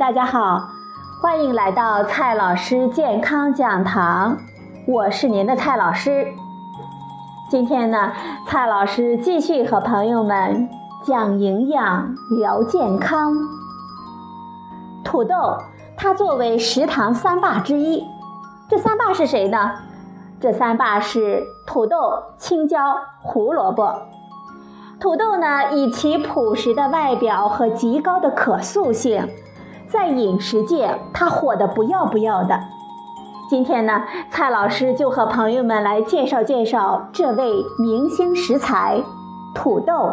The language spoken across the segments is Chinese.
大家好，欢迎来到蔡老师健康讲堂，我是您的蔡老师。今天呢，蔡老师继续和朋友们讲营养聊健康。土豆它作为食堂三霸之一，这三霸是谁呢？这三霸是土豆、青椒、胡萝卜。土豆呢，以其朴实的外表和极高的可塑性，在饮食界它火得不要不要的。今天呢，蔡老师就和朋友们来介绍介绍这位明星食材土豆。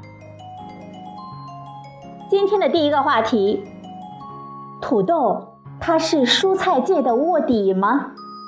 今天的第一个话题，土豆它是蔬菜界的卧底吗？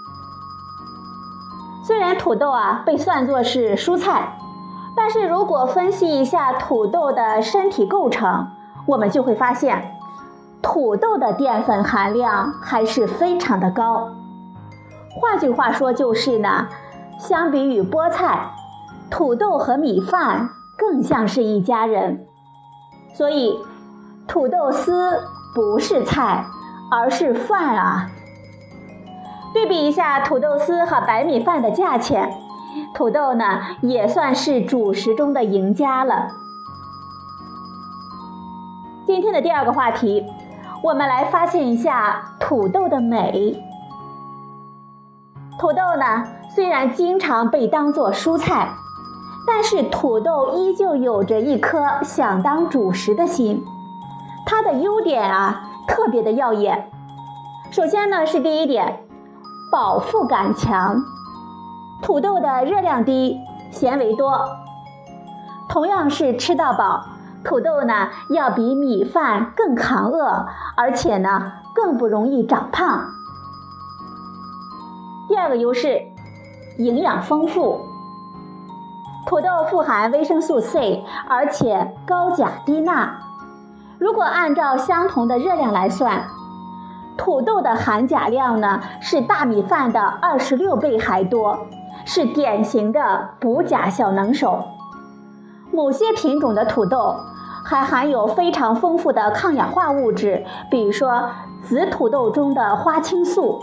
虽然土豆被算作是蔬菜，但是如果分析一下土豆的身体构成，我们就会发现土豆的淀粉含量还是非常的高。换句话说就是呢，相比于菠菜，土豆和米饭更像是一家人。所以土豆丝不是菜，而是饭啊。对比一下土豆丝和白米饭的价钱，土豆呢也算是主食中的赢家了。今天的第二个话题，我们来发现一下土豆的美。土豆呢虽然经常被当作蔬菜，但是土豆依旧有着一颗想当主食的心。它的优点特别的耀眼。首先呢是第一点，饱腹感强。土豆的热量低，纤维多。同样是吃到饱，土豆呢要比米饭更抗饿，而且呢更不容易长胖。第二个优势，营养丰富。土豆富含维生素 C， 而且高钾低钠。如果按照相同的热量来算，土豆的含钾量呢是大米饭的26倍还多，是典型的补钾小能手。某些品种的土豆还含有非常丰富的抗氧化物质，比如说紫土豆中的花青素。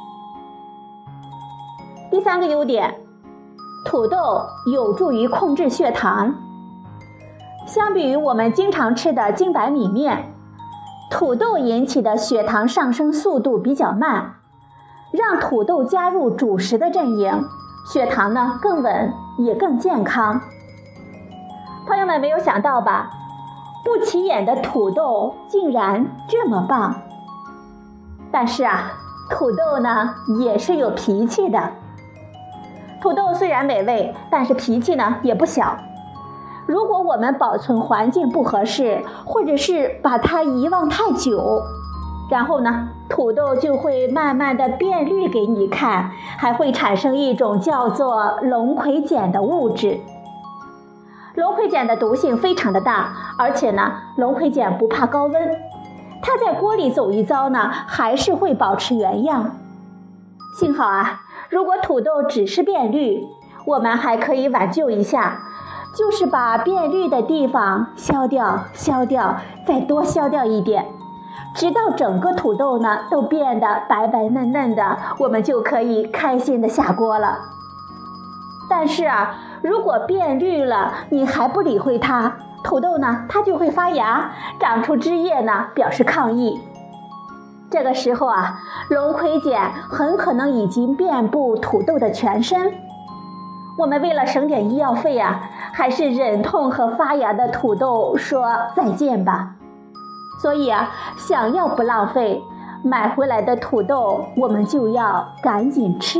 第三个优点，土豆有助于控制血糖。相比于我们经常吃的精白米面，土豆引起的血糖上升速度比较慢，让土豆加入主食的阵营，血糖呢更稳，也更健康。朋友们没有想到吧，不起眼的土豆竟然这么棒。但是土豆呢也是有脾气的。土豆虽然美味，但是脾气呢也不小。如果我们保存环境不合适，或者是把它遗忘太久，然后呢土豆就会慢慢的变绿给你看，还会产生一种叫做龙葵碱的物质。龙葵碱的毒性非常的大，而且呢龙葵碱不怕高温，它在锅里走一遭呢还是会保持原样。幸好如果土豆只是变绿，我们还可以挽救一下，就是把变绿的地方削掉，再多削掉一点，直到整个土豆呢都变得白白嫩嫩的，我们就可以开心的下锅了。但是如果变绿了你还不理会它，土豆呢它就会发芽，长出枝叶呢表示抗议。这个时候龙葵碱很可能已经遍布土豆的全身。我们为了省点医药费还是忍痛和发芽的土豆说再见吧。所以想要不浪费，买回来的土豆我们就要赶紧吃。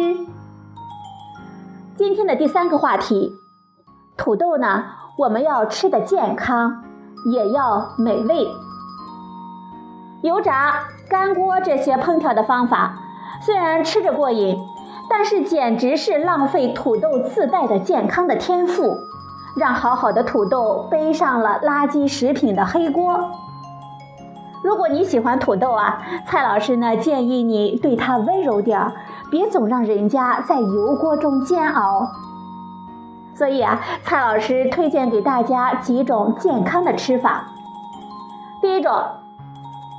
今天的第三个话题，土豆呢我们要吃得健康，也要美味。油炸、干锅这些烹调的方法虽然吃着过瘾，但是简直是浪费土豆自带的健康的天赋，让好好的土豆背上了垃圾食品的黑锅。如果你喜欢土豆蔡老师呢建议你对它温柔点，别总让人家在油锅中煎熬。所以蔡老师推荐给大家几种健康的吃法。第一种，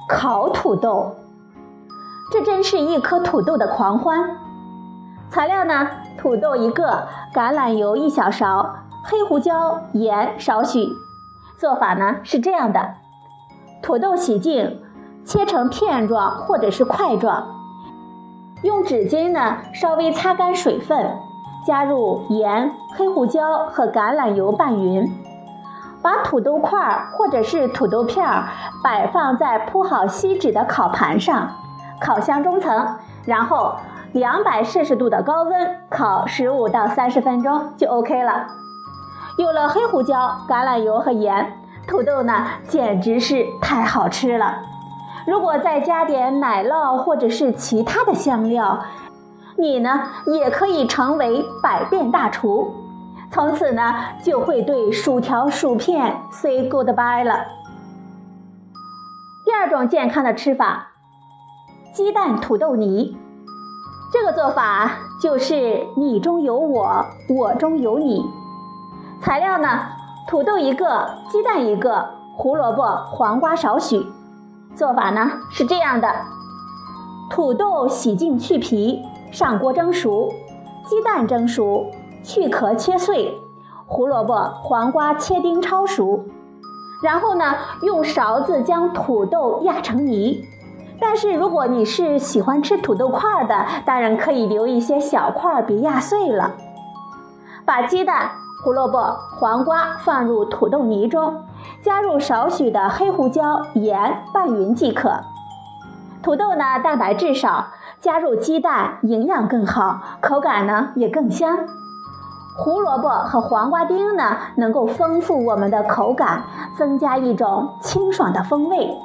烤土豆。这真是一颗土豆的狂欢。材料呢，土豆1个，橄榄油1小勺，黑胡椒、盐少许。做法呢是这样的：土豆洗净，切成片状或者是块状，用纸巾呢稍微擦干水分，加入盐、黑胡椒和橄榄油拌匀。把土豆块或者是土豆片摆放在铺好锡纸的烤盘上，烤箱中层，然后200摄氏度的高温烤15到30分钟就 OK 了。有了黑胡椒、橄榄油和盐，土豆呢简直是太好吃了。如果再加点奶酪或者是其他的香料，你呢也可以成为百变大厨，从此呢就会对薯条薯片 say goodbye 了。第2种健康的吃法，鸡蛋土豆泥。这个做法就是你中有我，我中有你。材料呢，土豆1个，鸡蛋1个，胡萝卜、黄瓜少许。做法呢是这样的：土豆洗净去皮，上锅蒸熟；鸡蛋蒸熟，去壳切碎；胡萝卜、黄瓜切丁焯熟。然后呢，用勺子将土豆压成泥。但是如果你是喜欢吃土豆块的，当然可以留一些小块，别压碎了。把鸡蛋、胡萝卜、黄瓜放入土豆泥中，加入少许的黑胡椒、盐拌匀即可。土豆呢蛋白质少，加入鸡蛋营养更好，口感呢也更香。胡萝卜和黄瓜丁呢能够丰富我们的口感，增加一种清爽的风味。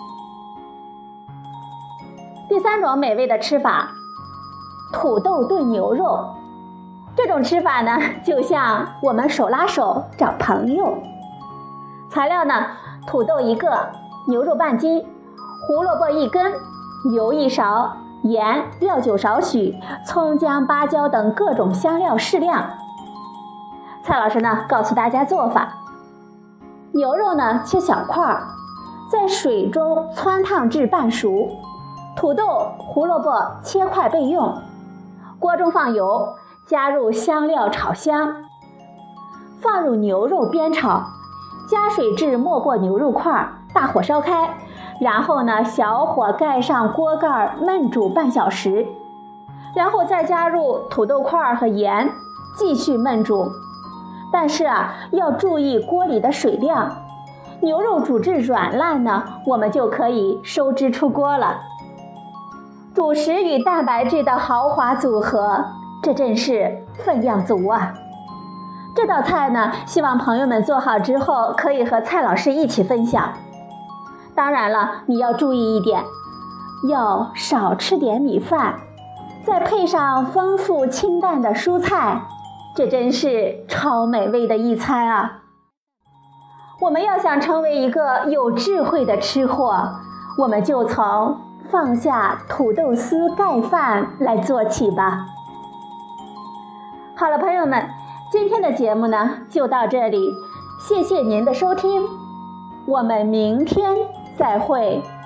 第3种美味的吃法，土豆炖牛肉。这种吃法呢就像我们手拉手找朋友。材料呢，土豆1个，牛肉半斤，胡萝卜1根，油1勺，盐、料酒少许，葱姜芭蕉等各种香料适量。蔡老师呢告诉大家做法：牛肉呢切小块，在水中汆烫至半熟。土豆、胡萝卜切块备用。锅中放油，加入香料炒香，放入牛肉煸炒，加水至没过牛肉块，大火烧开，然后呢小火盖上锅盖焖煮半小时，然后再加入土豆块和盐，继续焖煮。但是要注意锅里的水量，牛肉煮至软烂呢，我们就可以收汁出锅了。主食与蛋白质的豪华组合，这真是分量足啊！这道菜呢，希望朋友们做好之后可以和蔡老师一起分享。当然了，你要注意一点，要少吃点米饭，再配上丰富清淡的蔬菜，这真是超美味的一餐啊！我们要想成为一个有智慧的吃货，我们就从放下土豆丝盖饭来做起吧。好了，朋友们，今天的节目呢就到这里，谢谢您的收听，我们明天再会。